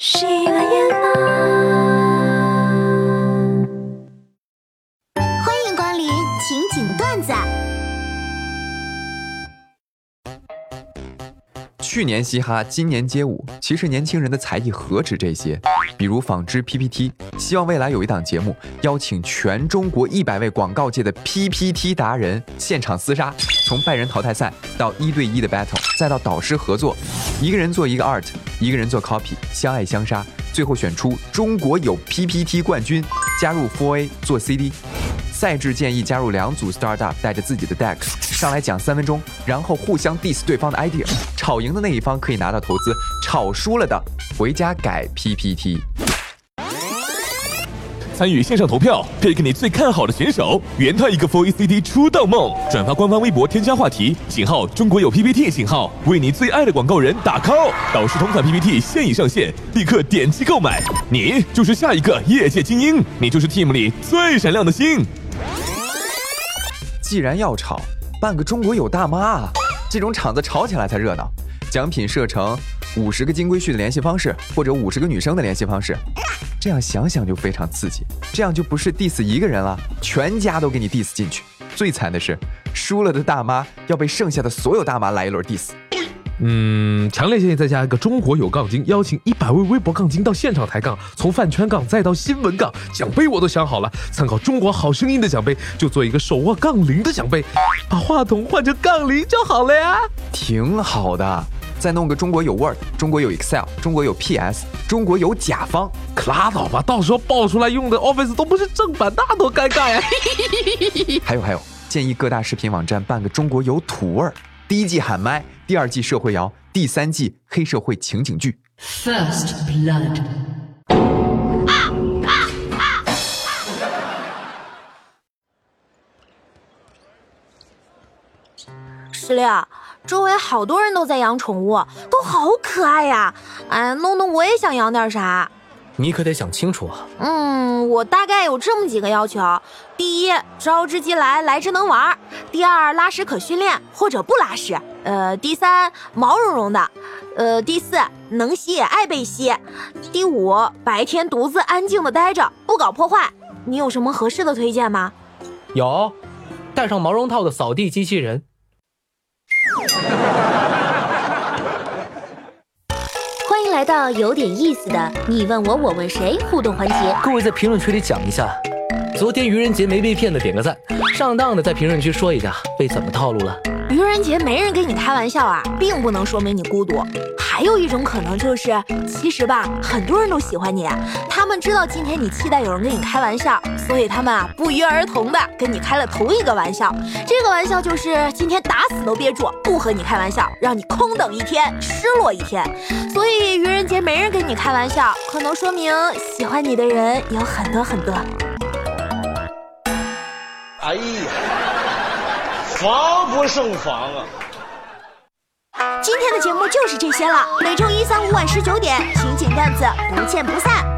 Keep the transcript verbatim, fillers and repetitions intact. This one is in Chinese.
喜欢夜欢迎光临情景段子。 去年嘻哈，今年街舞，其实年轻人的才艺何止这些？比如纺织 P P T， 希望未来有一档节目，邀请全中国一百位广告界的 P P T 达人现场厮杀，从拜仁淘汰赛到一对一的 battle， 再到导师合作，一个人做一个 art， 一个人做 copy， 相爱相杀，最后选出中国有 P P T 冠军，加入 四 A 做 C D。赛制建议加入两组 startup， 带着自己的 deck 上来讲三分钟，然后互相 diss 对方的 idea， 吵赢的那一方可以拿到投资，吵输了的回家改 P P T。 参与线上投票 ，pick 你最看好的选手，圆他一个 四 A C D 出道梦。转发官方微博，添加话题，井号中国有 P P T 井号，为你最爱的广告人打 call。导师同款 P P T 现已上线，立刻点击购买。你就是下一个业界精英，你就是 team 里最闪亮的星。 既然要吵，办个中国有大妈啊！这种场子吵起来才热闹。奖品设成五十个金龟婿的联系方式，或者五十个女生的联系方式，这样想想就非常刺激。这样就不是 diss 一个人了，全家都给你 diss 进去。最惨的是，输了的大妈要被剩下的所有大妈来一轮 diss。 嗯，强烈建议再加一个中国有杠精，邀请一百位微博杠精到现场抬杠，从饭圈杠再到新闻杠，奖杯我都想好了，参考中国好声音的奖杯，就做一个手握杠铃的奖杯，把话筒换成杠铃就好了呀。 挺好的，再弄个中国有 Word， 中国有 Excel， 中国有 P S， 中国有甲方。 可拉倒吧，到时候爆出来用的 Office 都不是正版，那多尴尬呀。 还有还有，建议各大视频网站办个中国有土味儿。第一季喊麦，第二季社会摇，第三季黑社会情景剧。 First Blood。 石榴，周围好多人都在养宠物，都好可爱呀！哎，弄得我也想养点啥。 你可得想清楚啊。 嗯，我大概有这么几个要求：第一，招之即来，来之能玩；第二，拉屎可训练或者不拉屎；呃，第三，毛茸茸的；呃，第四，能吸也爱被吸；第五，白天独自安静的待着，不搞破坏。你有什么合适的推荐吗？ 有，带上毛绒套的扫地机器人。 欢迎来到有点意思的你问我我问谁互动环节。 各位在评论区里讲一下，昨天愚人节没被骗的点个赞，上当的在评论区说一下被怎么套路了。 愚人节没人跟你开玩笑啊，并不能说明你孤独。还有一种可能就是，其实吧，很多人都喜欢你，他们知道今天你期待有人跟你开玩笑，所以他们啊不约而同的跟你开了同一个玩笑。这个玩笑就是今天打死都憋住，不和你开玩笑，让你空等一天，失落一天。所以愚人节没人跟你开玩笑，可能说明喜欢你的人有很多很多。 哎呀，防不胜防啊！ 今天的节目就是这些了，每周一、三、五晚十九点，情景段子不见不散。